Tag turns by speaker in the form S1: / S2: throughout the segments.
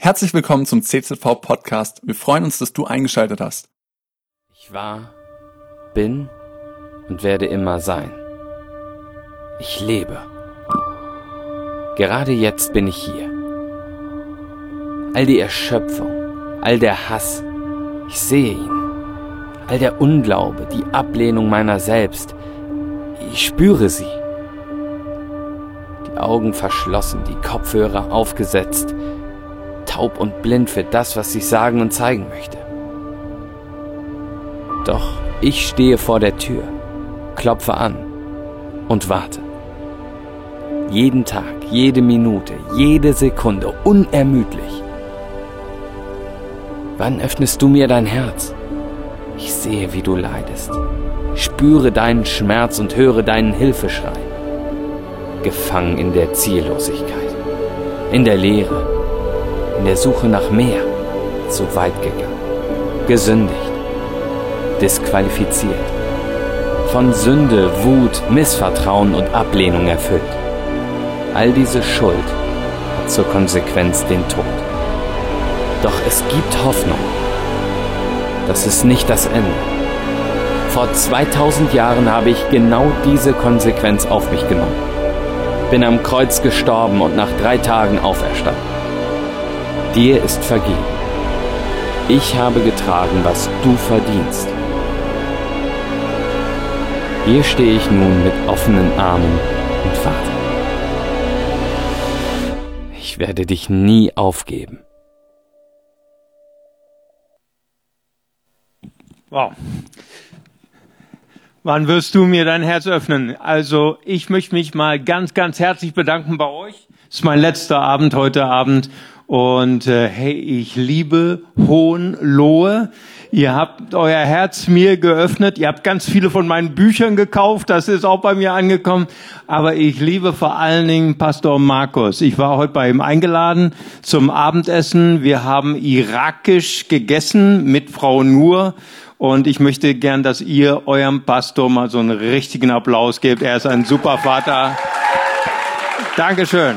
S1: Herzlich willkommen zum CZV Podcast. Wir freuen uns, dass du eingeschaltet hast.
S2: Ich war, bin und werde immer sein. Ich lebe. Gerade jetzt bin ich hier. All die Erschöpfung, all der Hass, ich sehe ihn. All der Unglaube, die Ablehnung meiner selbst, ich spüre sie. Die Augen verschlossen, die Kopfhörer aufgesetzt, taub und blind für das, was ich sagen und zeigen möchte. Doch ich stehe vor der Tür, klopfe an und warte. Jeden Tag, jede Minute, jede Sekunde, unermüdlich. Wann öffnest du mir dein Herz? Ich sehe, wie du leidest, spüre deinen Schmerz und höre deinen Hilfeschrei. Gefangen in der Ziellosigkeit, in der Leere, in der Suche nach mehr, zu weit gegangen, gesündigt, disqualifiziert, von Sünde, Wut, Missvertrauen und Ablehnung erfüllt. All diese Schuld hat zur Konsequenz den Tod. Doch es gibt Hoffnung. Das ist nicht das Ende. Vor 2000 Jahren habe ich genau diese Konsequenz auf mich genommen. Bin am Kreuz gestorben und nach 3 Tagen auferstanden. Dir ist vergeben. Ich habe getragen, was du verdienst. Hier stehe ich nun mit offenen Armen und warte. Ich werde dich nie aufgeben.
S3: Wow. Wann wirst du mir dein Herz öffnen? Also ich möchte mich mal ganz, ganz herzlich bedanken bei euch. Es ist mein letzter Abend heute Abend. Und hey, ich liebe Hohenlohe. Ihr habt euer Herz mir geöffnet. Ihr habt ganz viele von meinen Büchern gekauft. Das ist auch bei mir angekommen. Aber ich liebe vor allen Dingen Pastor Markus. Ich war heute bei ihm eingeladen zum Abendessen. Wir haben irakisch gegessen mit Frau Nur. Und ich möchte gern, dass ihr eurem Pastor mal so einen richtigen Applaus gebt. Er ist ein super Vater. Dankeschön.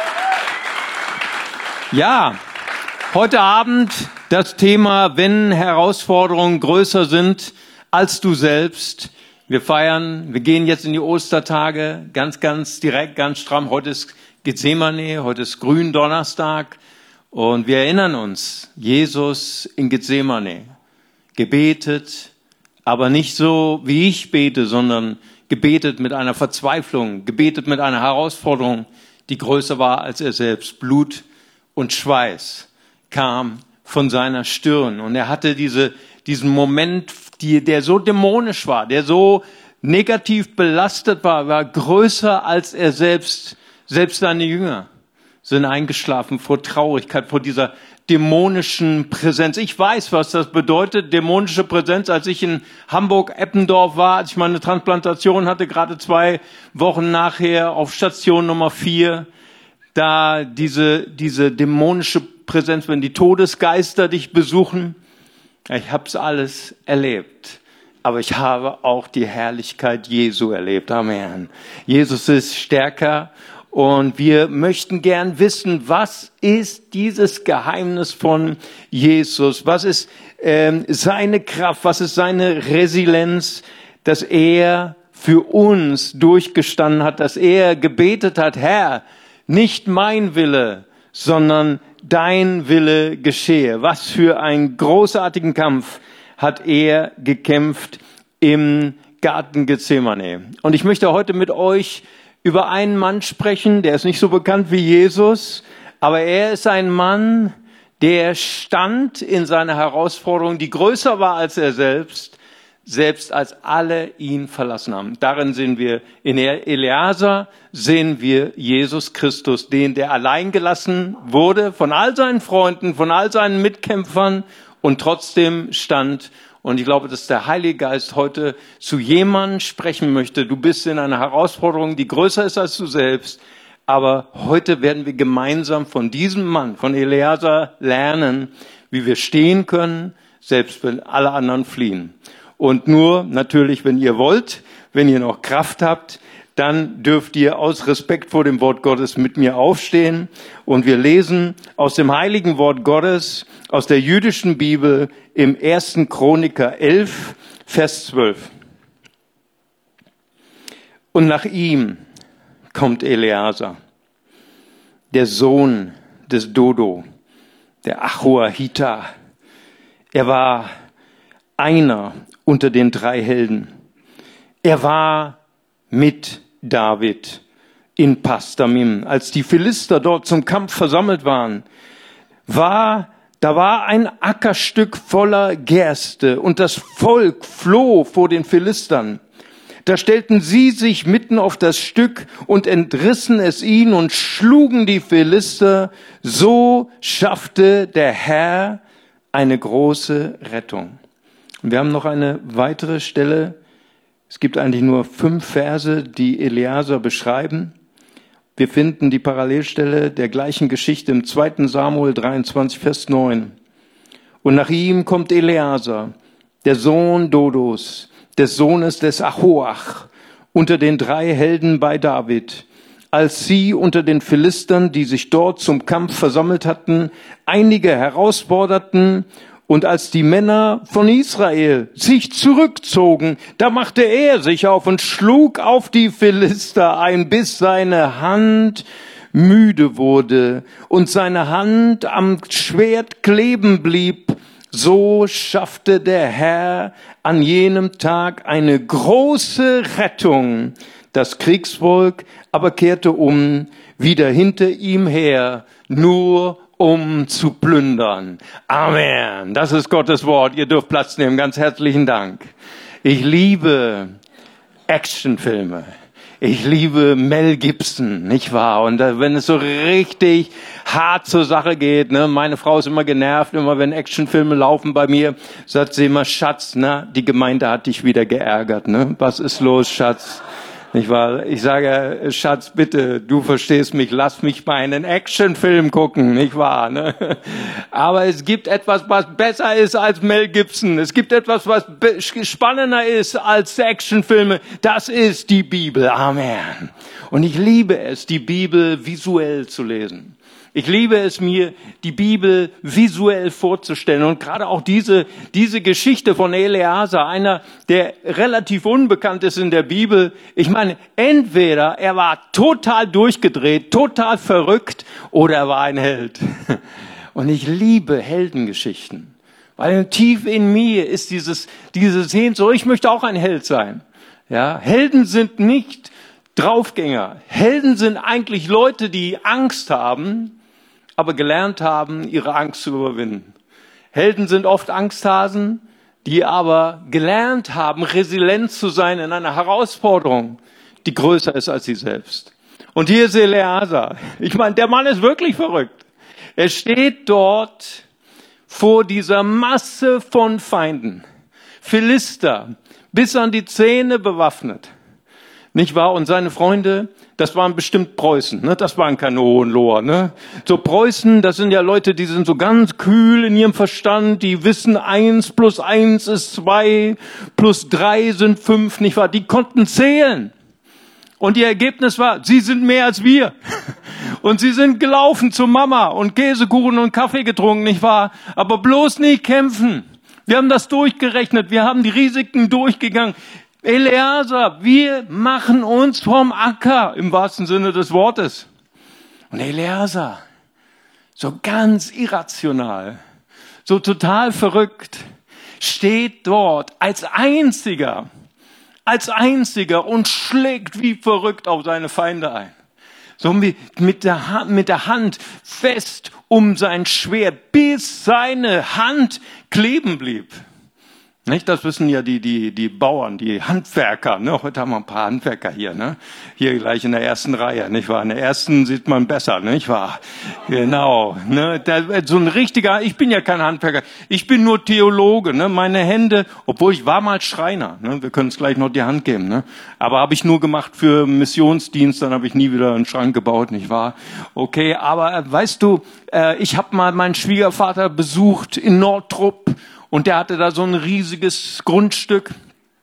S3: Ja, heute Abend das Thema, wenn Herausforderungen größer sind als du selbst. Wir gehen jetzt in die Ostertage, ganz, ganz direkt, ganz stramm. Heute ist Gethsemane, heute ist Gründonnerstag. Und wir erinnern uns, Jesus in Gethsemane, gebetet, aber nicht so, wie ich bete, sondern gebetet mit einer Verzweiflung, gebetet mit einer Herausforderung, die größer war als er selbst. Blut und Schweiß kam von seiner Stirn. Und er hatte diesen Moment, der so dämonisch war, der so negativ belastet war größer als er selbst. Selbst seine Jünger sind eingeschlafen vor Traurigkeit, vor dieser dämonischen Präsenz. Ich weiß, was das bedeutet, dämonische Präsenz. Als ich in Hamburg-Eppendorf war, als ich meine Transplantation hatte, gerade 2 Wochen nachher auf Station Nummer 4, da diese dämonische Präsenz, wenn die Todesgeister dich besuchen. Ich habe es alles erlebt, aber ich habe auch die Herrlichkeit Jesu erlebt. Amen. Jesus ist stärker und wir möchten gern wissen, was ist dieses Geheimnis von Jesus? Was ist seine Kraft? Was ist seine Resilienz, dass er für uns durchgestanden hat, dass er gebetet hat, Herr, nicht mein Wille, sondern dein Wille geschehe. Was für einen großartigen Kampf hat er gekämpft im Garten Gethsemane. Und ich möchte heute mit euch über einen Mann sprechen, der ist nicht so bekannt wie Jesus, aber er ist ein Mann, der stand in seiner Herausforderung, die größer war als er selbst als alle ihn verlassen haben. Darin sehen wir in Eleazar, sehen wir Jesus Christus, der allein gelassen wurde von all seinen Freunden, von all seinen Mitkämpfern und trotzdem stand. Und ich glaube, dass der Heilige Geist heute zu jemandem sprechen möchte. Du bist in einer Herausforderung, die größer ist als du selbst. Aber heute werden wir gemeinsam von diesem Mann, von Eleazar, lernen, wie wir stehen können, selbst wenn alle anderen fliehen. Und nur natürlich, wenn ihr wollt, wenn ihr noch Kraft habt, dann dürft ihr aus Respekt vor dem Wort Gottes mit mir aufstehen. Und wir lesen aus dem heiligen Wort Gottes, aus der jüdischen Bibel im 1. Chroniker 11, Vers 12. Und nach ihm kommt Eleazar, der Sohn des Dodo, der Achoahita. Er war einer unter den 3 Helden. Er war mit David in Pasdamim, als die Philister dort zum Kampf versammelt waren. Da war ein Ackerstück voller Gerste und das Volk floh vor den Philistern. Da stellten sie sich mitten auf das Stück und entrissen es ihnen und schlugen die Philister. So schaffte der Herr eine große Rettung. Und wir haben noch eine weitere Stelle. Es gibt eigentlich nur 5 Verse, die Eleazar beschreiben. Wir finden die Parallelstelle der gleichen Geschichte im 2. Samuel 23, Vers 9. Und nach ihm kommt Eleazar, der Sohn Dodos, des Sohnes des Ahoach, unter den 3 Helden bei David, als sie unter den Philistern, die sich dort zum Kampf versammelt hatten, einige herausforderten, und als die Männer von Israel sich zurückzogen, da machte er sich auf und schlug auf die Philister ein, bis seine Hand müde wurde und seine Hand am Schwert kleben blieb. So schaffte der Herr an jenem Tag eine große Rettung. Das Kriegsvolk aber kehrte um, wieder hinter ihm her, nur um zu plündern. Amen. Das ist Gottes Wort. Ihr dürft Platz nehmen. Ganz herzlichen Dank. Ich liebe Actionfilme. Ich liebe Mel Gibson, nicht wahr? Und wenn es so richtig hart zur Sache geht, ne, meine Frau ist immer genervt, immer wenn Actionfilme laufen bei mir, sagt sie immer, Schatz, ne, die Gemeinde hat dich wieder geärgert, ne? Was ist los, Schatz? Nicht wahr? Ich sage, Schatz, bitte, du verstehst mich, lass mich mal einen Actionfilm gucken, nicht wahr? Ne? Aber es gibt etwas, was besser ist als Mel Gibson. Es gibt etwas, was spannender ist als Actionfilme. Das ist die Bibel. Amen. Und ich liebe es, die Bibel visuell zu lesen. Ich liebe es mir, die Bibel visuell vorzustellen. Und gerade auch diese Geschichte von Eleazar, einer, der relativ unbekannt ist in der Bibel. Ich meine, entweder er war total durchgedreht, total verrückt, oder er war ein Held. Und ich liebe Heldengeschichten. Weil tief in mir ist diese Sehnsucht, ich möchte auch ein Held sein. Ja, Helden sind nicht Draufgänger. Helden sind eigentlich Leute, die Angst haben, aber gelernt haben, ihre Angst zu überwinden. Helden sind oft Angsthasen, die aber gelernt haben, resilient zu sein in einer Herausforderung, die größer ist als sie selbst. Und hier ist Eleazar. Ich meine, der Mann ist wirklich verrückt. Er steht dort vor dieser Masse von Feinden. Philister, bis an die Zähne bewaffnet. Nicht wahr? Und seine Freunde, das waren bestimmt Preußen, ne? Das waren keine Hohenloher, ne? So Preußen, das sind ja Leute, die sind so ganz kühl in ihrem Verstand, die wissen 1 + 1 ist 2, + 3 sind 5, nicht wahr? Die konnten zählen. Und ihr Ergebnis war, sie sind mehr als wir. Und sie sind gelaufen zu Mama und Käsekuchen und Kaffee getrunken, nicht wahr? Aber bloß nicht kämpfen. Wir haben das durchgerechnet, wir haben die Risiken durchgegangen. Eleazar, wir machen uns vom Acker, im wahrsten Sinne des Wortes. Und Eleazar, so ganz irrational, so total verrückt, steht dort als einziger und schlägt wie verrückt auf seine Feinde ein. So mit der Hand fest um sein Schwert, bis seine Hand kleben blieb. Nicht, das wissen ja die Bauern, die Handwerker, ne? Heute haben wir ein paar Handwerker hier, ne? Hier gleich in der ersten Reihe, nicht wahr? In der ersten sieht man besser, nicht wahr? Genau, ne? So ein richtiger, ich bin ja kein Handwerker, ich bin nur Theologe, ne? Meine Hände, obwohl ich war mal Schreiner, ne? Wir können es gleich noch die Hand geben, ne? Aber habe ich nur gemacht für Missionsdienst, dann habe ich nie wieder einen Schrank gebaut, nicht wahr? Okay, aber weißt du, ich habe mal meinen Schwiegervater besucht in Nordtrupp. Und der hatte da so ein riesiges Grundstück.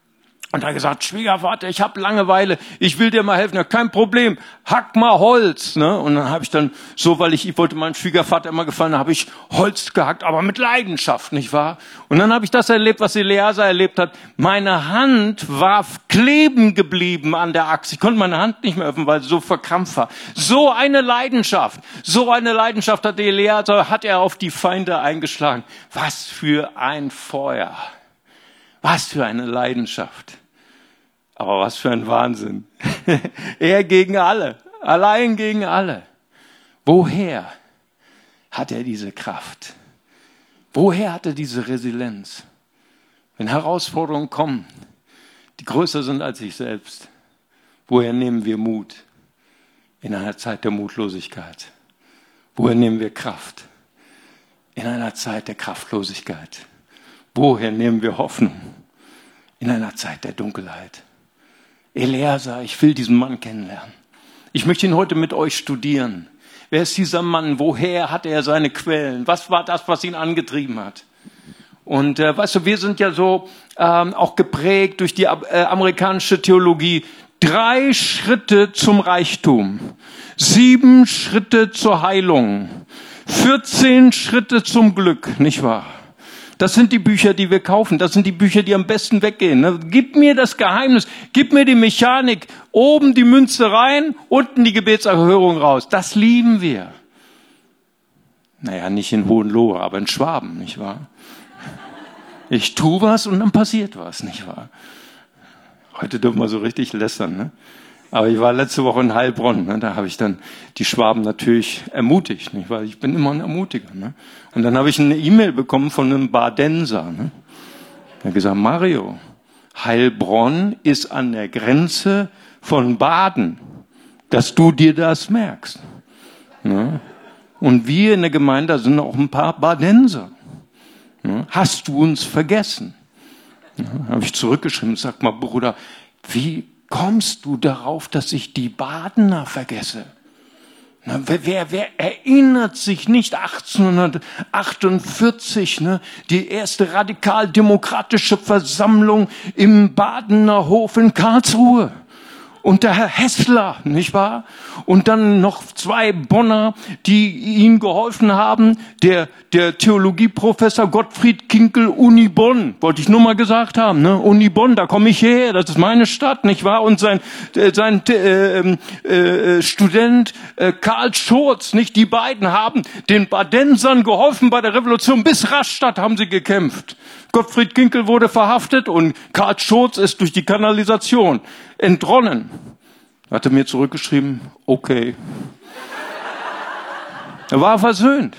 S3: Und er hat gesagt, Schwiegervater, ich habe Langeweile, ich will dir mal helfen. Ja, kein Problem, hack mal Holz. Ne? Und dann habe ich dann so, weil ich wollte meinem Schwiegervater immer gefallen, habe ich Holz gehackt, aber mit Leidenschaft, nicht wahr? Und dann habe ich das erlebt, was Eleazar erlebt hat. Meine Hand war kleben geblieben an der Axt. Ich konnte meine Hand nicht mehr öffnen, weil sie so verkrampft war. So eine Leidenschaft hatte Eleazar, hat er auf die Feinde eingeschlagen. Was für ein Feuer. Was für eine Leidenschaft. Aber was für ein Wahnsinn. Er gegen alle. Allein gegen alle. Woher hat er diese Kraft? Woher hat er diese Resilienz? Wenn Herausforderungen kommen, die größer sind als ich selbst, woher nehmen wir Mut in einer Zeit der Mutlosigkeit? Woher nehmen wir Kraft in einer Zeit der Kraftlosigkeit? Woher nehmen wir Hoffnung in einer Zeit der Dunkelheit? Eleazar, ich will diesen Mann kennenlernen. Ich möchte ihn heute mit euch studieren. Wer ist dieser Mann? Woher hat er seine Quellen? Was war das, was ihn angetrieben hat? Und weißt du, wir sind ja so auch geprägt durch die amerikanische Theologie. 3 Schritte zum Reichtum, 7 Schritte zur Heilung, 14 Schritte zum Glück, nicht wahr? Das sind die Bücher, die wir kaufen. Das sind die Bücher, die am besten weggehen. Gib mir das Geheimnis. Gib mir die Mechanik. Oben die Münze rein, unten die Gebetserhörung raus. Das lieben wir. Naja, nicht in Hohenlohe, aber in Schwaben, nicht wahr? Ich tue was und dann passiert was, nicht wahr? Heute dürfen wir so richtig lästern, ne? Aber ich war letzte Woche in Heilbronn, ne? Da habe ich dann die Schwaben natürlich ermutigt, nicht? Weil ich bin immer ein Ermutiger. Ne? Und dann habe ich eine E-Mail bekommen von einem Badenser. Ne? Er hat gesagt, Mario, Heilbronn ist an der Grenze von Baden, dass du dir das merkst. Ne? Und wir in der Gemeinde, da sind auch ein paar Badenser. Ne? Hast du uns vergessen? Ne? Habe ich zurückgeschrieben, sag mal, Bruder, wie kommst du darauf, dass ich die Badener vergesse? Na, wer erinnert sich nicht 1848, ne, die erste radikal-demokratische Versammlung im Badener Hof in Karlsruhe? Und der Herr Hessler, nicht wahr? Und dann noch 2 Bonner, die ihm geholfen haben. Der Theologieprofessor Gottfried Kinkel, Uni Bonn, wollte ich nur mal gesagt haben, ne? Uni Bonn, da komme ich her, das ist meine Stadt, nicht wahr? Und sein Student Karl Schurz, nicht? Die beiden haben den Badensern geholfen bei der Revolution. Bis Rastatt haben sie gekämpft. Gottfried Kinkel wurde verhaftet und Karl Schurz ist durch die Kanalisation entronnen. Er hatte mir zurückgeschrieben, okay. Er war versöhnt.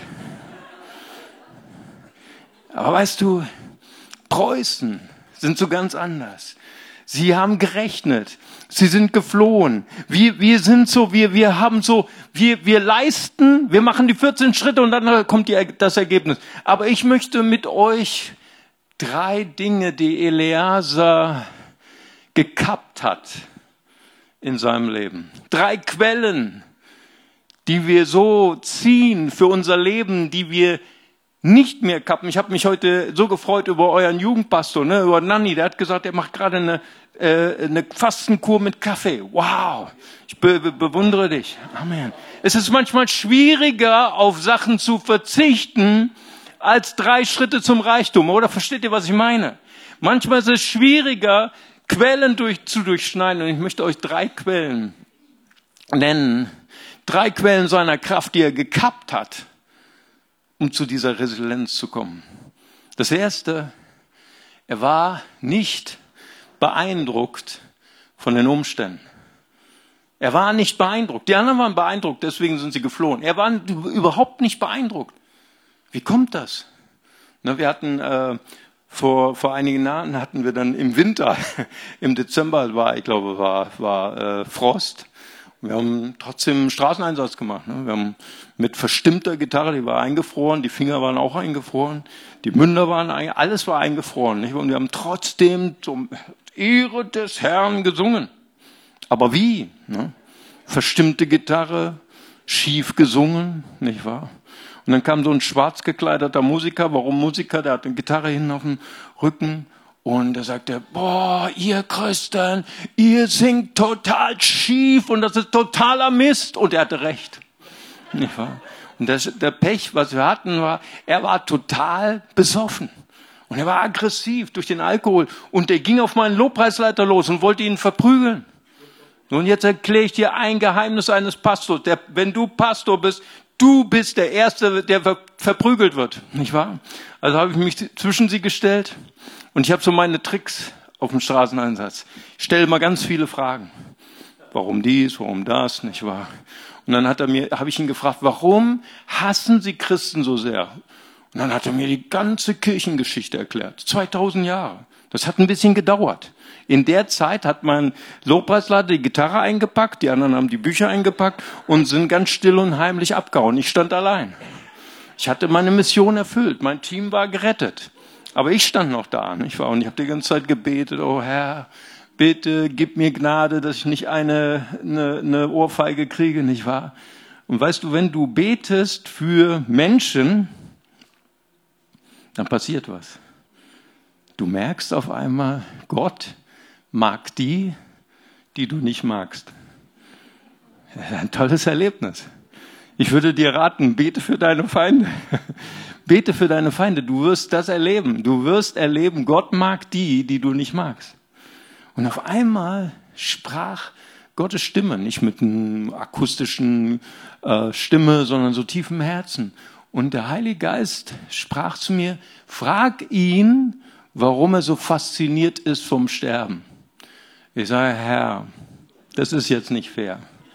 S3: Aber weißt du, Preußen sind so ganz anders. Sie haben gerechnet. Sie sind geflohen. Wir sind so, wir haben so, wir leisten, wir machen die 14 Schritte und dann kommt das Ergebnis. Aber ich möchte mit euch 3 Dinge, die Eleazar gekappt hat in seinem Leben. 3 Quellen, die wir so ziehen für unser Leben, die wir nicht mehr kappen. Ich habe mich heute so gefreut über euren Jugendpastor, ne, über Nanni. Der hat gesagt, er macht gerade eine Fastenkur mit Kaffee. Wow, ich bewundere dich. Amen. Es ist manchmal schwieriger, auf Sachen zu verzichten, als 3 Schritte zum Reichtum. Oder versteht ihr, was ich meine? Manchmal ist es schwieriger, Quellen zu durchschneiden. Und ich möchte euch 3 Quellen nennen. 3 Quellen seiner Kraft, die er gekappt hat, um zu dieser Resilienz zu kommen. Das erste, er war nicht beeindruckt von den Umständen. Er war nicht beeindruckt. Die anderen waren beeindruckt, deswegen sind sie geflohen. Er war überhaupt nicht beeindruckt. Wie kommt das? Na, wir hatten vor einigen Jahren hatten wir dann im Winter, im Dezember war Frost. Wir haben trotzdem einen Straßeneinsatz gemacht. Ne? Wir haben mit verstimmter Gitarre, die war eingefroren, die Finger waren auch eingefroren, die Münder waren alles war eingefroren. Nicht? Und wir haben trotzdem zum Ehre des Herrn gesungen. Aber wie? Ne? Verstimmte Gitarre, schief gesungen, nicht wahr? Und dann kam so ein schwarz gekleideter Musiker. Warum Musiker? Der hat eine Gitarre hinten auf dem Rücken Und da sagt er, boah, ihr Christen, ihr singt total schief und das ist totaler Mist. Und er hatte recht. Nicht wahr? Und der Pech, was wir hatten, war, er war total besoffen. Und er war aggressiv durch den Alkohol. Und der ging auf meinen Lobpreisleiter los und wollte ihn verprügeln. Und jetzt erkläre ich dir ein Geheimnis eines Pastors. Wenn du Pastor bist, du bist der Erste, der verprügelt wird. Nicht wahr? Also habe ich mich zwischen sie gestellt. Und ich habe so meine Tricks auf dem Straßeneinsatz. Ich stelle mal ganz viele Fragen. Warum dies, warum das, nicht wahr? Und dann habe ich ihn gefragt, warum hassen Sie Christen so sehr? Und dann hat er mir die ganze Kirchengeschichte erklärt. 2000 Jahre. Das hat ein bisschen gedauert. In der Zeit hat mein Lobpreisleiter die Gitarre eingepackt, die anderen haben die Bücher eingepackt und sind ganz still und heimlich abgehauen. Ich stand allein. Ich hatte meine Mission erfüllt. Mein Team war gerettet. Aber ich stand noch da, nicht wahr? Und ich habe die ganze Zeit gebetet, oh Herr, bitte gib mir Gnade, dass ich nicht eine Ohrfeige kriege, nicht wahr? Und weißt du, wenn du betest für Menschen, dann passiert was. Du merkst auf einmal, Gott mag die du nicht magst. Das ist ein tolles Erlebnis. Ich würde dir raten, bete für deine Feinde. Bete für deine Feinde. Du wirst das erleben. Du wirst erleben, Gott mag die du nicht magst. Und auf einmal sprach Gottes Stimme, nicht mit einer akustischen Stimme, sondern so tief im Herzen. Und der Heilige Geist sprach zu mir, frag ihn, warum er so fasziniert ist vom Sterben. Ich sage, Herr, das ist jetzt nicht fair.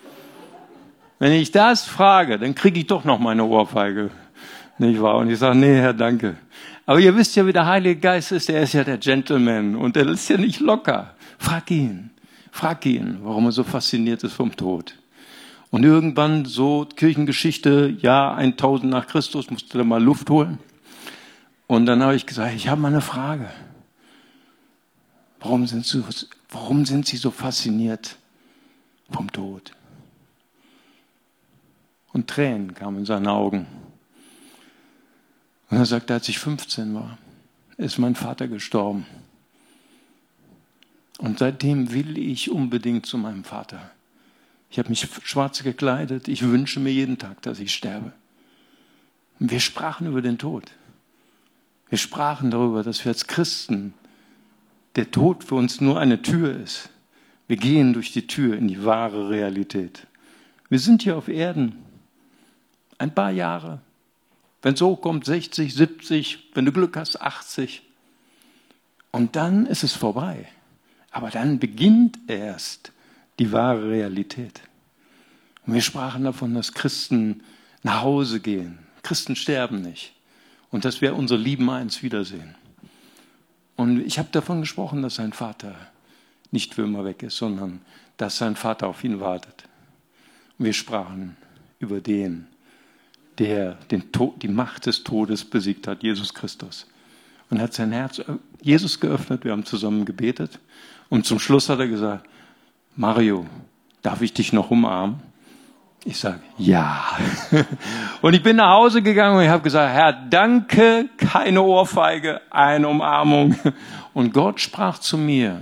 S3: Wenn ich das frage, dann kriege ich doch noch meine Ohrfeige. Nicht wahr? Und ich sage, nee, Herr, danke. Aber ihr wisst ja, wie der Heilige Geist ist. Er ist ja der Gentleman und er ist ja nicht locker. Frag ihn, warum er so fasziniert ist vom Tod. Und irgendwann, so Kirchengeschichte, Jahr 1000 nach Christus, musste er mal Luft holen. Und dann habe ich gesagt, ich habe mal eine Frage. Warum sind Sie so fasziniert vom Tod? Und Tränen kamen in seine Augen. Und er sagte, als ich 15 war, ist mein Vater gestorben. Und seitdem will ich unbedingt zu meinem Vater. Ich habe mich schwarz gekleidet. Ich wünsche mir jeden Tag, dass ich sterbe. Und wir sprachen über den Tod. Wir sprachen darüber, dass wir als Christen der Tod für uns nur eine Tür ist. Wir gehen durch die Tür in die wahre Realität. Wir sind hier auf Erden ein paar Jahre. Wenn es so kommt, 60, 70, wenn du Glück hast, 80. Und dann ist es vorbei. Aber dann beginnt erst die wahre Realität. Und wir sprachen davon, dass Christen nach Hause gehen. Christen sterben nicht. Und dass wir unsere Lieben eins wiedersehen. Und ich habe davon gesprochen, dass sein Vater nicht für immer weg ist, sondern dass sein Vater auf ihn wartet. Und wir sprachen über den, der die Macht des Todes besiegt hat, Jesus Christus. Und er hat sein Herz Jesus geöffnet, wir haben zusammen gebetet. Und zum Schluss hat er gesagt, Mario, darf ich dich noch umarmen? Ich sage, ja. Und ich bin nach Hause gegangen und ich habe gesagt, Herr, danke, keine Ohrfeige, eine Umarmung. Und Gott sprach zu mir,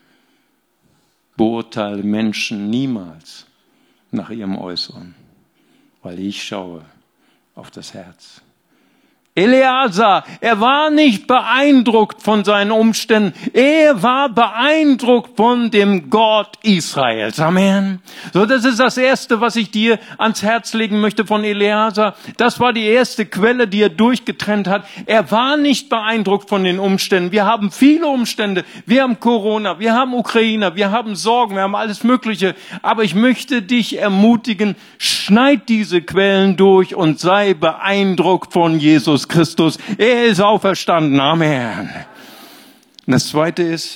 S3: beurteile Menschen niemals nach ihrem Äußeren, weil ich schaue auf das Herz. Eleazar, er war nicht beeindruckt von seinen Umständen. Er war beeindruckt von dem Gott Israels. Amen. So, das ist das Erste, was ich dir ans Herz legen möchte von Eleazar. Das war die erste Quelle, die er durchgetrennt hat. Er war nicht beeindruckt von den Umständen. Wir haben viele Umstände. Wir haben Corona, wir haben Ukrainer, wir haben Sorgen, wir haben alles Mögliche. Aber ich möchte dich ermutigen, schneid diese Quellen durch und sei beeindruckt von Jesus Christus. Er ist auferstanden. Amen. Und das Zweite ist,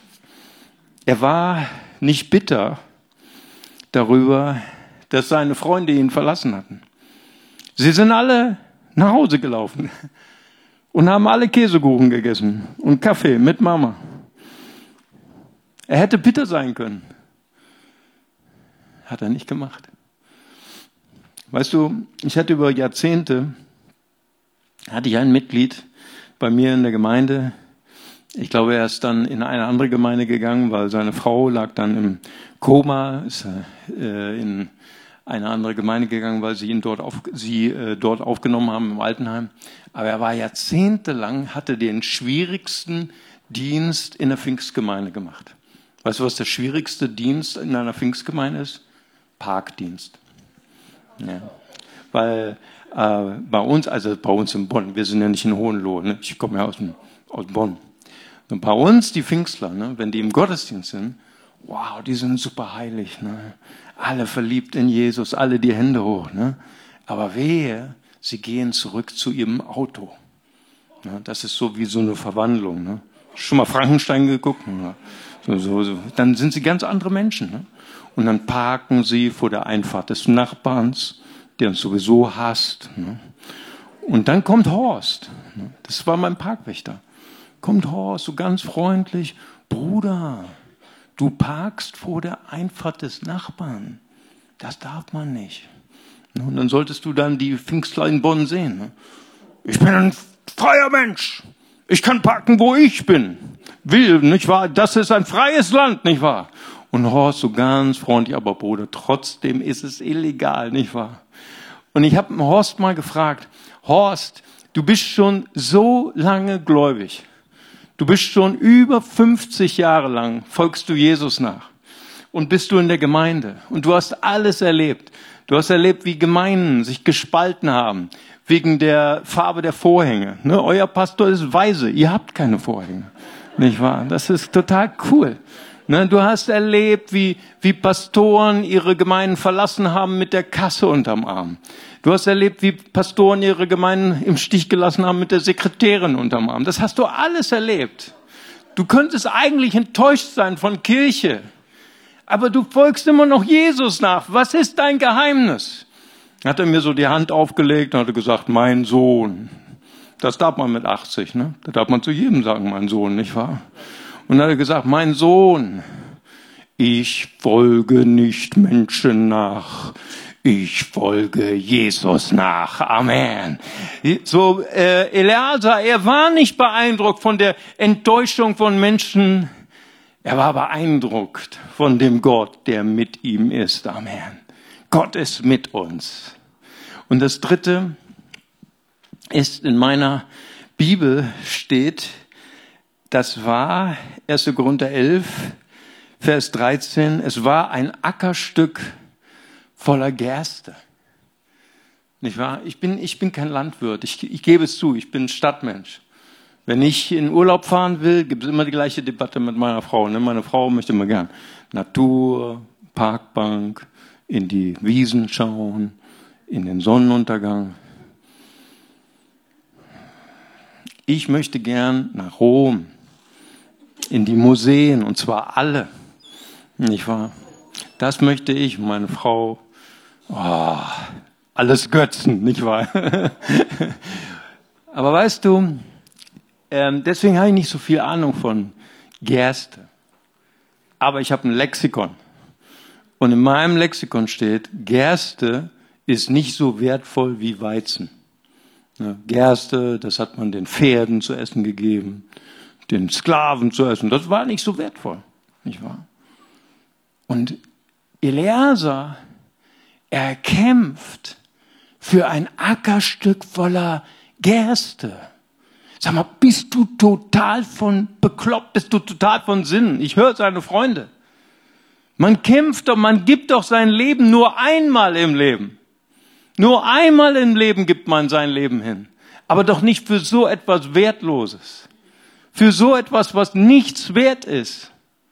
S3: er war nicht bitter darüber, dass seine Freunde ihn verlassen hatten. Sie sind alle nach Hause gelaufen und haben alle Käsekuchen gegessen und Kaffee mit Mama. Er hätte bitter sein können. Hat er nicht gemacht. Weißt du, ich hatte über Jahrzehnte ein Mitglied bei mir in der Gemeinde. Ich glaube, er ist dann in eine andere Gemeinde gegangen, weil seine Frau lag dann im Koma, ist in eine andere Gemeinde gegangen, weil sie ihn dort aufgenommen haben im Altenheim. Aber er war jahrzehntelang, hatte den schwierigsten Dienst in der Pfingstgemeinde gemacht. Weißt du, was der schwierigste Dienst in einer Pfingstgemeinde ist? Parkdienst. Ja. Weil bei uns in Bonn, wir sind ja nicht in Hohenlohe, ne? Ich komme ja aus Bonn. Und bei uns, die Pfingstler, ne, wenn die im Gottesdienst sind, wow, die sind super heilig. Ne? Alle verliebt in Jesus, alle die Hände hoch. Ne? Aber wehe, sie gehen zurück zu ihrem Auto. Ne? Das ist so wie so eine Verwandlung. Ne? Schon mal Frankenstein geguckt? Ne? So. Dann sind sie ganz andere Menschen. Ne? Und dann parken sie vor der Einfahrt des Nachbarns, der uns sowieso hasst. Ne? Und dann kommt Horst. Ne? Das war mein Parkwächter. Kommt Horst, so ganz freundlich. Bruder, du parkst vor der Einfahrt des Nachbarn. Das darf man nicht. Und dann solltest du dann die Pfingstler in Bonn sehen. Ne? Ich bin ein freier Mensch. Ich kann parken, wo ich bin. Will, nicht wahr? Das ist ein freies Land, nicht wahr? Und Horst so ganz freundlich, aber Bruder, trotzdem ist es illegal, nicht wahr? Und ich habe Horst mal gefragt, Horst, du bist schon so lange gläubig. Du bist schon über 50 Jahre lang, folgst du Jesus nach und bist du in der Gemeinde und du hast alles erlebt. Du hast erlebt, wie Gemeinden sich gespalten haben wegen der Farbe der Vorhänge. Ne? Euer Pastor ist weise, ihr habt keine Vorhänge, nicht wahr? Das ist total cool. Ne? Du hast erlebt, wie Pastoren ihre Gemeinden verlassen haben mit der Kasse unterm Arm. Du hast erlebt, wie Pastoren ihre Gemeinden im Stich gelassen haben mit der Sekretärin unterm Arm. Das hast du alles erlebt. Du könntest eigentlich enttäuscht sein von Kirche, aber du folgst immer noch Jesus nach. Was ist dein Geheimnis? Hat er mir so die Hand aufgelegt und hat gesagt, mein Sohn. Das darf man mit 80, ne? Da darf man zu jedem sagen, mein Sohn, nicht wahr? Und dann hat er gesagt, mein Sohn, ich folge nicht Menschen nach. Ich folge Jesus nach. Amen. So, Eleazar, er war nicht beeindruckt von der Enttäuschung von Menschen. Er war beeindruckt von dem Gott, der mit ihm ist. Amen. Gott ist mit uns. Und das Dritte ist in meiner Bibel steht, das war 1. Korinther 11, Vers 13. Es war ein Ackerstück voller Gerste. Nicht wahr? Ich bin kein Landwirt. Ich gebe es zu, ich bin Stadtmensch. Wenn ich in Urlaub fahren will, gibt es immer die gleiche Debatte mit meiner Frau. Ne? Meine Frau möchte immer gern Natur, Parkbank, in die Wiesen schauen, in den Sonnenuntergang. Ich möchte gern nach Rom, in die Museen, und zwar alle. Nicht wahr? Das möchte ich, meine Frau. Oh, alles Götzen, nicht wahr? Aber weißt du, deswegen habe ich nicht so viel Ahnung von Gerste. Aber ich habe ein Lexikon. Und in meinem Lexikon steht, Gerste ist nicht so wertvoll wie Weizen. Gerste, das hat man den Pferden zu essen gegeben, den Sklaven zu essen. Das war nicht so wertvoll, nicht wahr? Und Eleazar, er kämpft für ein Ackerstück voller Gerste. Sag mal, bist du total von bekloppt, bist du total von Sinnen? Ich höre seine Freunde. Man kämpft doch, man gibt doch sein Leben nur einmal im Leben. Nur einmal im Leben gibt man sein Leben hin. Aber doch nicht für so etwas Wertloses. Für so etwas, was nichts wert ist.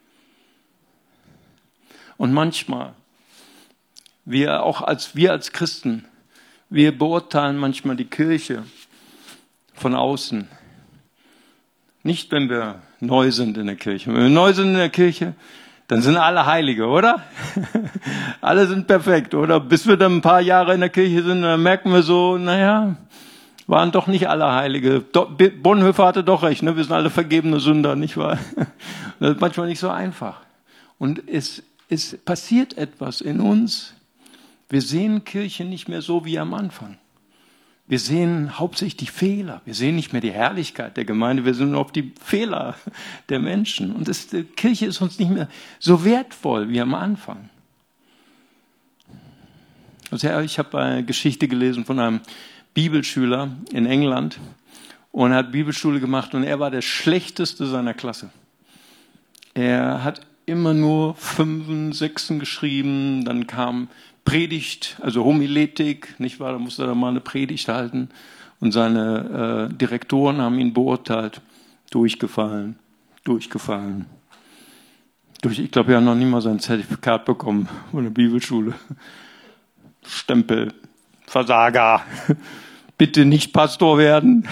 S3: Und manchmal, wir als Christen, wir beurteilen manchmal die Kirche von außen. Nicht, wenn wir neu sind in der Kirche. Wenn wir neu sind in der Kirche, dann sind alle Heilige, oder? Alle sind perfekt, oder? Bis wir dann ein paar Jahre in der Kirche sind, dann merken wir so, naja, waren doch nicht alle Heilige. Bonhoeffer hatte doch recht, ne? Wir sind alle vergebene Sünder, nicht wahr? Das ist manchmal nicht so einfach. Und es passiert etwas in uns. Wir sehen Kirche nicht mehr so wie am Anfang. Wir sehen hauptsächlich die Fehler. Wir sehen nicht mehr die Herrlichkeit der Gemeinde, wir sehen nur auf die Fehler der Menschen. Und die Kirche ist uns nicht mehr so wertvoll wie am Anfang. Also ich habe eine Geschichte gelesen von einem Bibelschüler in England und er hat Bibelschule gemacht und er war der Schlechteste seiner Klasse. Er hat immer nur 5, 6 geschrieben, dann kam Predigt, also Homiletik, nicht wahr? Da musste er mal eine Predigt halten und seine Direktoren haben ihn beurteilt. Durchgefallen. Ich glaube, er hat noch nie mal sein Zertifikat bekommen von der Bibelschule. Stempel, Versager, bitte nicht Pastor werden.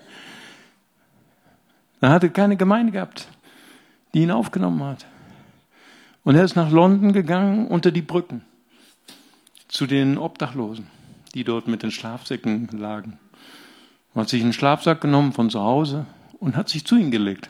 S3: Er hatte keine Gemeinde gehabt, die ihn aufgenommen hat. Und er ist nach London gegangen, unter die Brücken, zu den Obdachlosen, die dort mit den Schlafsäcken lagen. Er hat sich einen Schlafsack genommen von zu Hause und hat sich zu ihnen gelegt.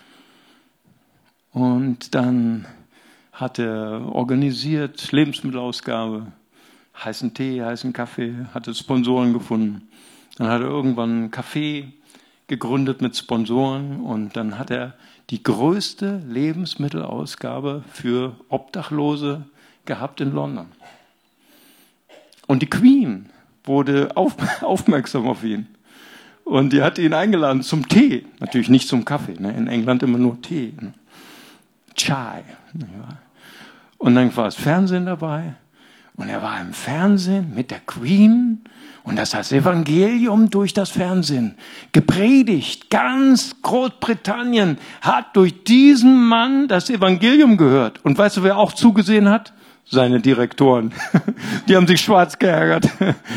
S3: Und dann hat er organisiert, Lebensmittelausgabe, heißen Tee, heißen Kaffee, hatte Sponsoren gefunden. Dann hat er irgendwann ein Café gegründet mit Sponsoren und dann hat er die größte Lebensmittelausgabe für Obdachlose gehabt in London. Und die Queen wurde aufmerksam auf ihn. Und die hat ihn eingeladen zum Tee. Natürlich nicht zum Kaffee. Ne? In England immer nur Tee. Ne? Chai. Ja. Und dann war das Fernsehen dabei. Und er war im Fernsehen mit der Queen. Und das Evangelium durch das Fernsehen gepredigt. Ganz Großbritannien hat durch diesen Mann das Evangelium gehört. Und weißt du, wer auch zugesehen hat? Seine Direktoren. Die haben sich schwarz geärgert.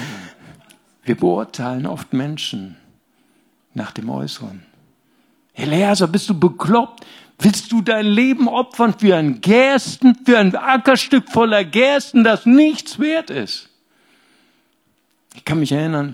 S3: Wir beurteilen oft Menschen nach dem Äußeren. Eleazar, bist du bekloppt? Willst du dein Leben opfern für ein Ackerstück voller Gersten, das nichts wert ist? Ich kann mich erinnern,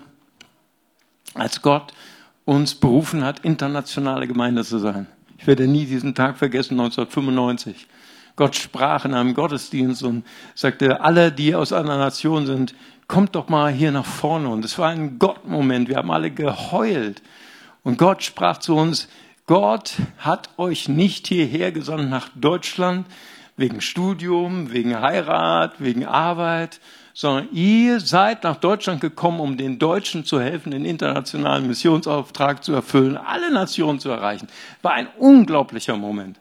S3: als Gott uns berufen hat, internationale Gemeinde zu sein. Ich werde nie diesen Tag vergessen, 1995. Gott sprach in einem Gottesdienst und sagte, alle, die aus einer Nation sind, kommt doch mal hier nach vorne. Und es war ein Gottmoment, wir haben alle geheult. Und Gott sprach zu uns, Gott hat euch nicht hierher gesandt nach Deutschland, wegen Studium, wegen Heirat, wegen Arbeit, sondern ihr seid nach Deutschland gekommen, um den Deutschen zu helfen, den internationalen Missionsauftrag zu erfüllen, alle Nationen zu erreichen. War ein unglaublicher Moment.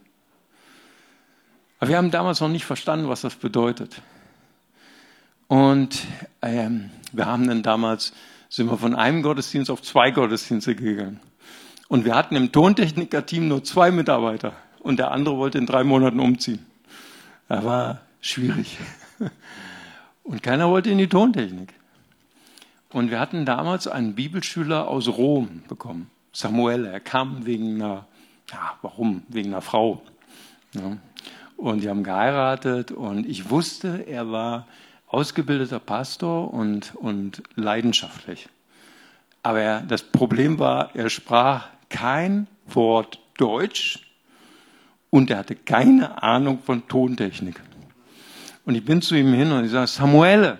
S3: Aber wir haben damals noch nicht verstanden, was das bedeutet. Und wir haben dann damals, sind wir von einem Gottesdienst auf 2 Gottesdienste gegangen. Und wir hatten im Tontechniker-Team nur 2 Mitarbeiter. Und der andere wollte in 3 Monaten umziehen. Das war schwierig. Und keiner wollte in die Tontechnik. Und wir hatten damals einen Bibelschüler aus Rom bekommen. Samuel, er kam wegen einer Frau. Ja. Und die haben geheiratet und ich wusste, er war ausgebildeter Pastor und leidenschaftlich. Aber das Problem war, er sprach kein Wort Deutsch und er hatte keine Ahnung von Tontechnik. Und ich bin zu ihm hin und ich sage, Samuel,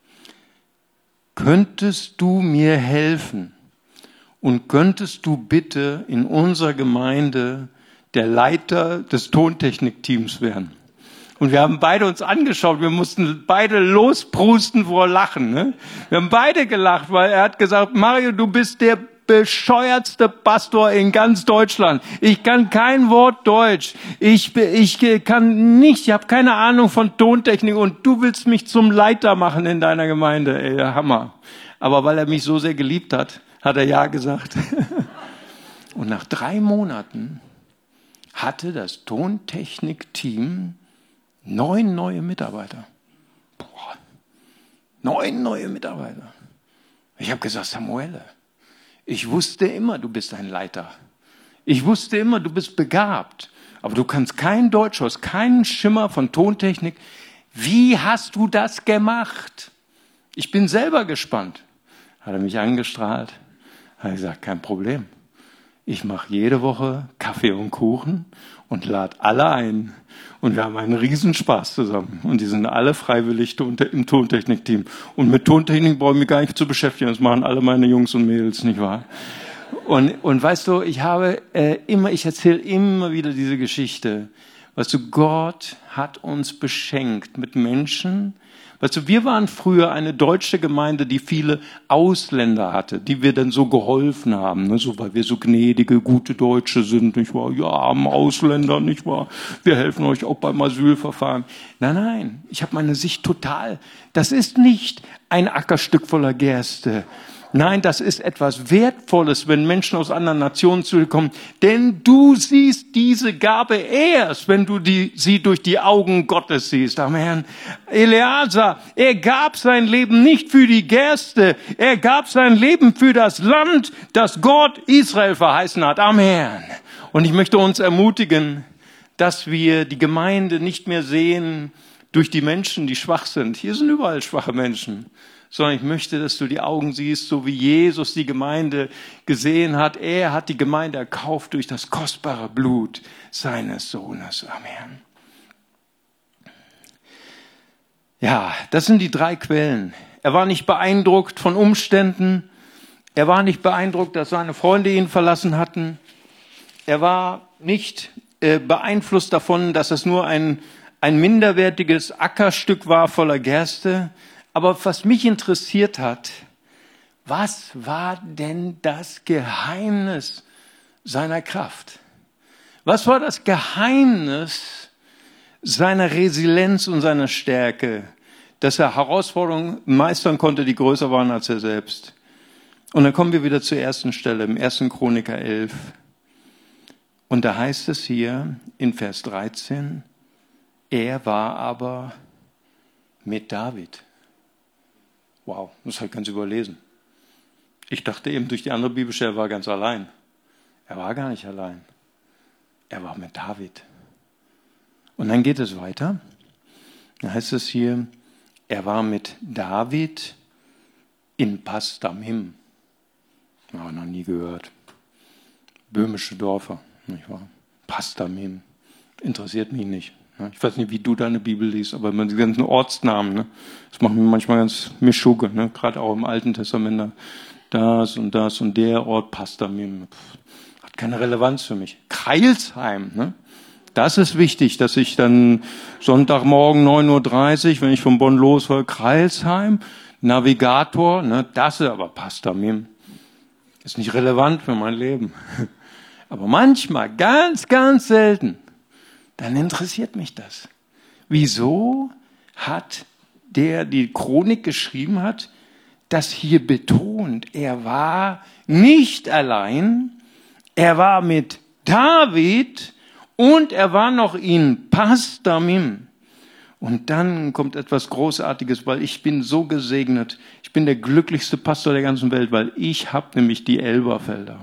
S3: könntest du mir helfen und könntest du bitte in unserer Gemeinde der Leiter des Tontechnikteams werden? Und wir haben beide uns angeschaut, wir mussten beide losprusten vor Lachen. Ne? Wir haben beide gelacht, weil er hat gesagt, Mario, du bist der bescheuertste Pastor in ganz Deutschland. Ich kann kein Wort Deutsch. Ich habe keine Ahnung von Tontechnik und du willst mich zum Leiter machen in deiner Gemeinde. Ey, Hammer. Aber weil er mich so sehr geliebt hat, hat er ja gesagt. Und nach 3 Monaten hatte das Tontechnik-Team 9 neue Mitarbeiter. 9 neue Mitarbeiter. Ich habe gesagt, Samuel, ich wusste immer, du bist ein Leiter. Ich wusste immer, du bist begabt. Aber du kannst kein Deutsch, hast keinen Schimmer von Tontechnik. Wie hast du das gemacht? Ich bin selber gespannt. Hat er mich angestrahlt. Hat gesagt, kein Problem. ich mache jede Woche Kaffee und Kuchen und lade alle ein. Und wir haben einen Riesenspaß zusammen. Und die sind alle freiwillig im Tontechnik-Team. Und mit Tontechnik brauche ich mich gar nicht zu beschäftigen. Das machen alle meine Jungs und Mädels, nicht wahr? Und weißt du, ich erzähle immer wieder diese Geschichte. Weißt du, Gott hat uns beschenkt mit Menschen. Weißt du, wir waren früher eine deutsche Gemeinde, die viele Ausländer hatte, die wir dann so geholfen haben, ne? So, weil wir so gnädige, gute Deutsche sind, nicht wahr? Ja, armen Ausländer, nicht wahr? Wir helfen euch auch beim Asylverfahren. Nein, ich habe meine Sicht total. Das ist nicht ein Ackerstück voller Gerste. Nein, das ist etwas Wertvolles, wenn Menschen aus anderen Nationen zu dir kommen. Denn du siehst diese Gabe erst, wenn du sie durch die Augen Gottes siehst. Amen. Eleazar, er gab sein Leben nicht für die Gerste. Er gab sein Leben für das Land, das Gott Israel verheißen hat. Amen. Und ich möchte uns ermutigen, dass wir die Gemeinde nicht mehr sehen durch die Menschen, die schwach sind. Hier sind überall schwache Menschen. Sondern ich möchte, dass du die Augen siehst, so wie Jesus die Gemeinde gesehen hat. Er hat die Gemeinde erkauft durch das kostbare Blut seines Sohnes. Amen. Ja, das sind die 3 Quellen. Er war nicht beeindruckt von Umständen. Er war nicht beeindruckt, dass seine Freunde ihn verlassen hatten. Er war nicht beeinflusst davon, dass es nur ein minderwertiges Ackerstück war voller Gerste. Aber was mich interessiert hat, was war denn das Geheimnis seiner Kraft? Was war das Geheimnis seiner Resilienz und seiner Stärke, dass er Herausforderungen meistern konnte, die größer waren als er selbst? Und dann kommen wir wieder zur ersten Stelle, im 1. Chroniker 11. Und da heißt es hier in Vers 13, er war aber mit David. Wow, das habe ich ganz überlesen. Ich dachte eben durch die andere Bibelstelle, er war ganz allein. Er war gar nicht allein. Er war mit David. Und dann geht es weiter. Da heißt es hier, er war mit David in Pasdamim. Ja, noch nie gehört. Böhmische Dörfer, nicht wahr? Pasdamim. Interessiert mich nicht. Ich weiß nicht, wie du deine Bibel liest, aber die ganzen Ortsnamen, ne? Das macht mir manchmal ganz Mischugge, ne? Gerade auch im Alten Testament, das und der Ort passt da mir. Hat keine Relevanz für mich. Kreilsheim, ne? Das ist wichtig, dass ich dann Sonntagmorgen 9:30 Uhr, wenn ich von Bonn losfahre, Kreilsheim, Navigator, ne? Das ist aber passt da mir. Ist nicht relevant für mein Leben. Aber manchmal, ganz, ganz selten, dann interessiert mich das. Wieso hat der die Chronik geschrieben hat, das hier betont? Er war nicht allein, er war mit David und er war noch in Pasdamim. Und dann kommt etwas Großartiges, weil ich bin so gesegnet. Ich bin der glücklichste Pastor der ganzen Welt, weil ich habe nämlich die Elberfelder.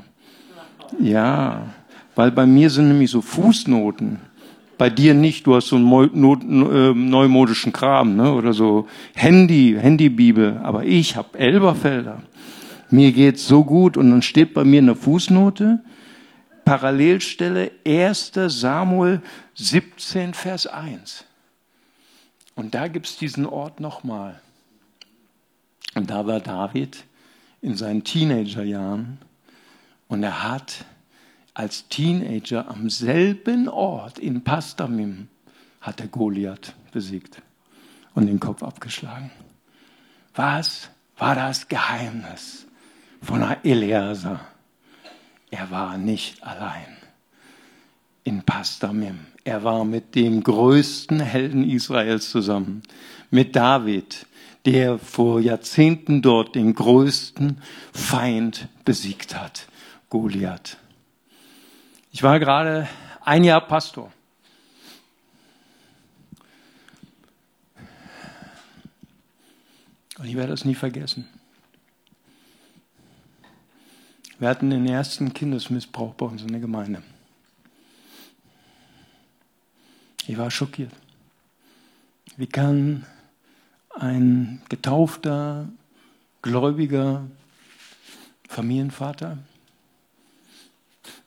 S3: Ja, weil bei mir sind nämlich so Fußnoten. Bei dir nicht, du hast so einen neumodischen Kram, ne? Oder so Handybibel, aber ich habe Elberfelder. Mir geht's so gut und dann steht bei mir eine Fußnote, Parallelstelle 1. Samuel 17, Vers 1. Und da gibt's diesen Ort nochmal. Und da war David in seinen Teenagerjahren und er hat als Teenager am selben Ort in Pasdamim hat er Goliath besiegt und den Kopf abgeschlagen. Was war das Geheimnis von Eleazar? Er war nicht allein in Pasdamim. Er war mit dem größten Helden Israels zusammen, mit David, der vor Jahrzehnten dort den größten Feind besiegt hat, Goliath. Ich war gerade ein Jahr Pastor. Und ich werde das nie vergessen. Wir hatten den ersten Kindesmissbrauch bei uns in der Gemeinde. Ich war schockiert. Wie kann ein getaufter, gläubiger Familienvater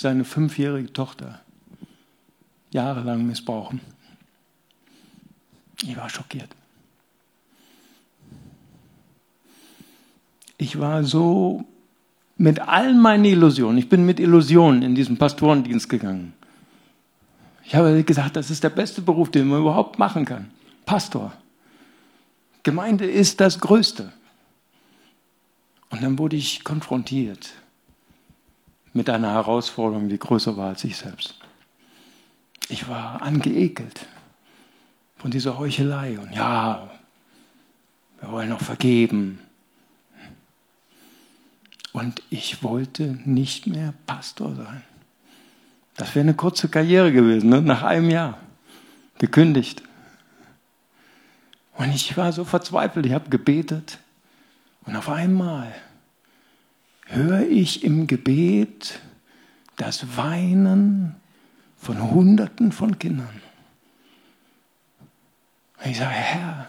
S3: seine 5-jährige Tochter jahrelang missbrauchen. Ich war schockiert. Ich war so mit all meinen Illusionen, ich bin mit Illusionen in diesen Pastorendienst gegangen. Ich habe gesagt, das ist der beste Beruf, den man überhaupt machen kann. Pastor. Gemeinde ist das Größte. Und dann wurde ich konfrontiert mit einer Herausforderung, die größer war als ich selbst. Ich war angeekelt von dieser Heuchelei. Und ja, wir wollen noch vergeben. Und ich wollte nicht mehr Pastor sein. Das wäre eine kurze Karriere gewesen, ne? Nach einem Jahr. Gekündigt. Und ich war so verzweifelt, ich habe gebetet. Und auf einmal höre ich im Gebet das Weinen von Hunderten von Kindern. Und ich sage, Herr,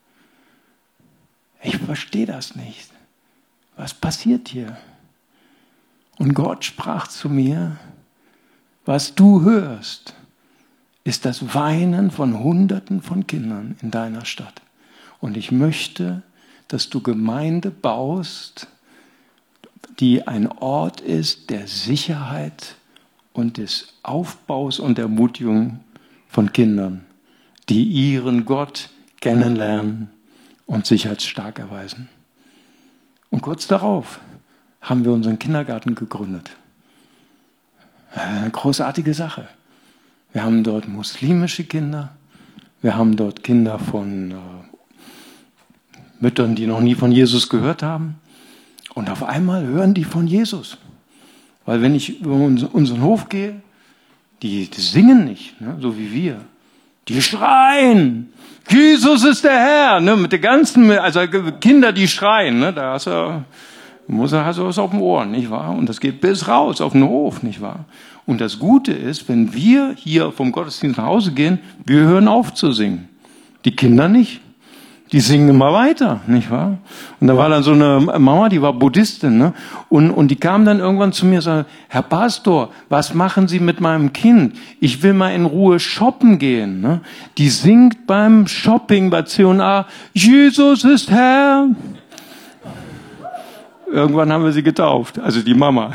S3: ich verstehe das nicht. Was passiert hier? Und Gott sprach zu mir, was du hörst, ist das Weinen von Hunderten von Kindern in deiner Stadt. Und ich möchte, dass du Gemeinde baust, die ein Ort ist der Sicherheit und des Aufbaus und Ermutigung von Kindern, die ihren Gott kennenlernen und sich als stark erweisen. Und kurz darauf haben wir unseren Kindergarten gegründet. Eine großartige Sache. Wir haben dort muslimische Kinder, wir haben dort Kinder von Müttern, die noch nie von Jesus gehört haben. Und auf einmal hören die von Jesus. Weil wenn ich über unseren Hof gehe, die singen nicht, ne, so wie wir. Die schreien, Jesus ist der Herr, ne, mit der ganzen, also Kinder, die schreien, ne, da hast du was auf dem Ohr, nicht wahr? Und das geht bis raus auf den Hof, nicht wahr? Und das Gute ist, wenn wir hier vom Gottesdienst nach Hause gehen, wir hören auf zu singen. Die Kinder nicht. Die singen immer weiter, nicht wahr? Und da war dann so eine Mama, die war Buddhistin, ne? Und die kam dann irgendwann zu mir und sagte, Herr Pastor, was machen Sie mit meinem Kind? Ich will mal in Ruhe shoppen gehen, ne? Die singt beim Shopping bei C&A, Jesus ist Herr. Irgendwann haben wir sie getauft, also die Mama.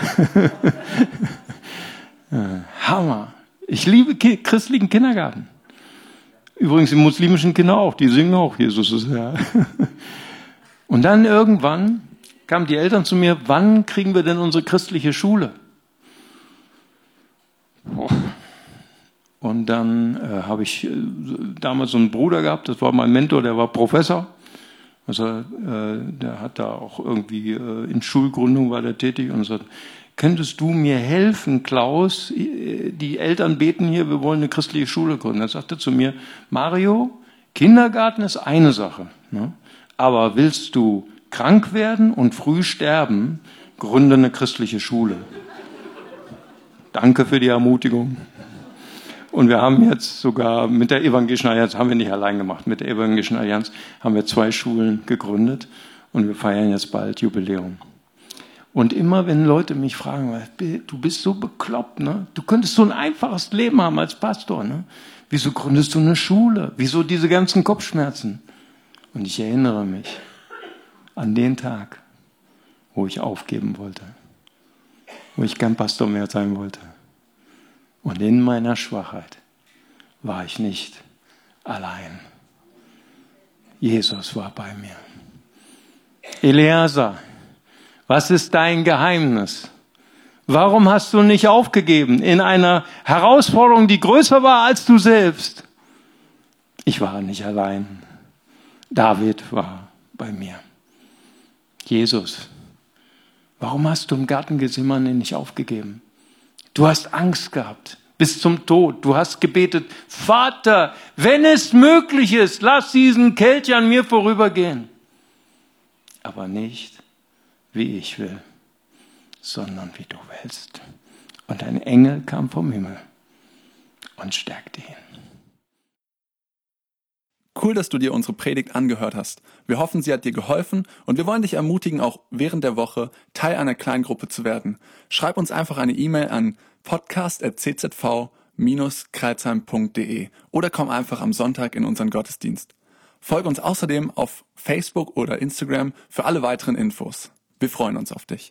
S3: Hammer. Ich liebe christlichen Kindergarten. Übrigens die muslimischen Kinder auch, die singen auch, Jesus ist Herr. Und dann irgendwann kamen die Eltern zu mir, wann kriegen wir denn unsere christliche Schule? Und dann habe ich damals so einen Bruder gehabt, das war mein Mentor, der war Professor. Also der hat da auch irgendwie in Schulgründung war der tätig und sagt, könntest du mir helfen, Klaus? Die Eltern beten hier, wir wollen eine christliche Schule gründen. Er sagte zu mir, Mario, Kindergarten ist eine Sache, ne? Aber willst du krank werden und früh sterben, gründe eine christliche Schule. Danke für die Ermutigung. Und wir haben jetzt sogar mit der Evangelischen Allianz, haben wir nicht allein gemacht, mit der Evangelischen Allianz haben wir 2 Schulen gegründet und wir feiern jetzt bald Jubiläum. Und immer, wenn Leute mich fragen, du bist so bekloppt, ne? Du könntest so ein einfaches Leben haben als Pastor, ne? Wieso gründest du eine Schule? Wieso diese ganzen Kopfschmerzen? Und ich erinnere mich an den Tag, wo ich aufgeben wollte, wo ich kein Pastor mehr sein wollte. Und in meiner Schwachheit war ich nicht allein. Jesus war bei mir. Eleazar, was ist dein Geheimnis? Warum hast du nicht aufgegeben in einer Herausforderung, die größer war als du selbst? Ich war nicht allein. David war bei mir. Jesus, warum hast du im Garten Gethsemane nicht aufgegeben? Du hast Angst gehabt bis zum Tod. Du hast gebetet, Vater, wenn es möglich ist, lass diesen Kelch an mir vorübergehen. Aber nicht, wie ich will, sondern wie du willst. Und ein Engel kam vom Himmel und stärkte ihn.
S1: Cool, dass du dir unsere Predigt angehört hast. Wir hoffen, sie hat dir geholfen und wir wollen dich ermutigen, auch während der Woche Teil einer Kleingruppe zu werden. Schreib uns einfach eine E-Mail an podcast@czv-kreilsheim.de oder komm einfach am Sonntag in unseren Gottesdienst. Folge uns außerdem auf Facebook oder Instagram für alle weiteren Infos. Wir freuen uns auf dich.